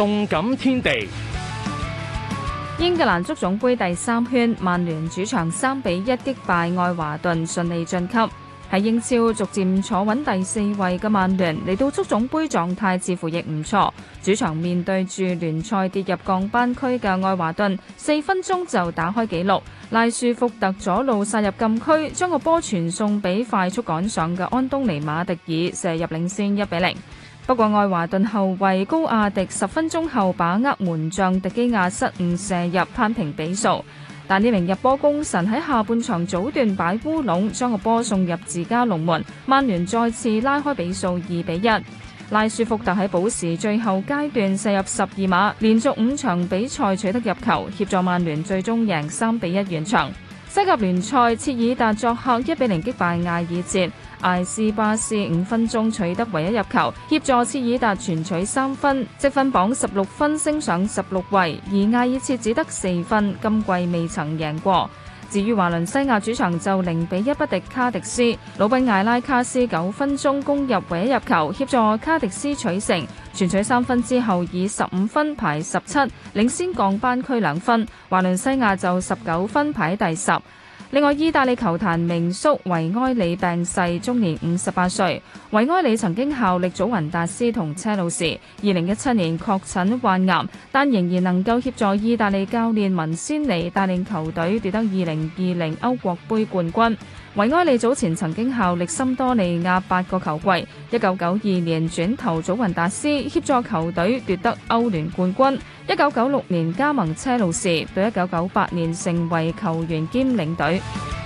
動感天地。 英格蘭足總杯第3圈，曼聯主場3-1擊敗愛華頓，順利晉級。喺英超逐漸坐穩第4位嘅曼聯，嚟到足總杯狀態似乎亦唔錯。主場面對住聯賽跌入降班區嘅愛華頓，4分鐘就打開紀錄，拉舒福特左路殺入禁區，將個波傳送俾快速趕上嘅安東尼馬迪爾，射入領先1-0。不過愛華頓後衛高亞迪10分鐘後把握門將迪基亞失誤射入扳平比數，但呢名入波功臣喺下半場早段擺烏龍，將個波送入自家龍門，曼聯再次拉開比數2-1。拉舒福特喺補時最後階段射入12碼，連續5場比賽取得入球，協助曼聯最終贏3-1完場。西甲聯賽，切爾達作客1-0擊敗艾爾切，艾斯巴斯5分鐘取得唯一入球，協助切爾達全取3分，積分榜16分升上16位，而艾爾切只得4分，今季未曾贏過。至於華倫西亞主場就0-1不敵卡迪斯，魯賓艾拉卡斯9分鐘攻入唯一入球，協助卡迪斯取勝，全取3分之後以15分排17，領先降班區2分。華倫西亞就19分排第10。另外，意大利球壇名宿維埃里病逝，終年58歲。維埃里曾經效力祖雲達斯同車路士，2017年確診患癌，但仍然能夠協助意大利教練文仙尼帶領球隊奪得2020歐國杯冠軍。維埃里早前曾經效力森多利亞8個球季，1992年轉投祖雲達斯，協助球隊奪得歐聯冠軍。1996年加盟車路士，到1998年成為球員兼領隊。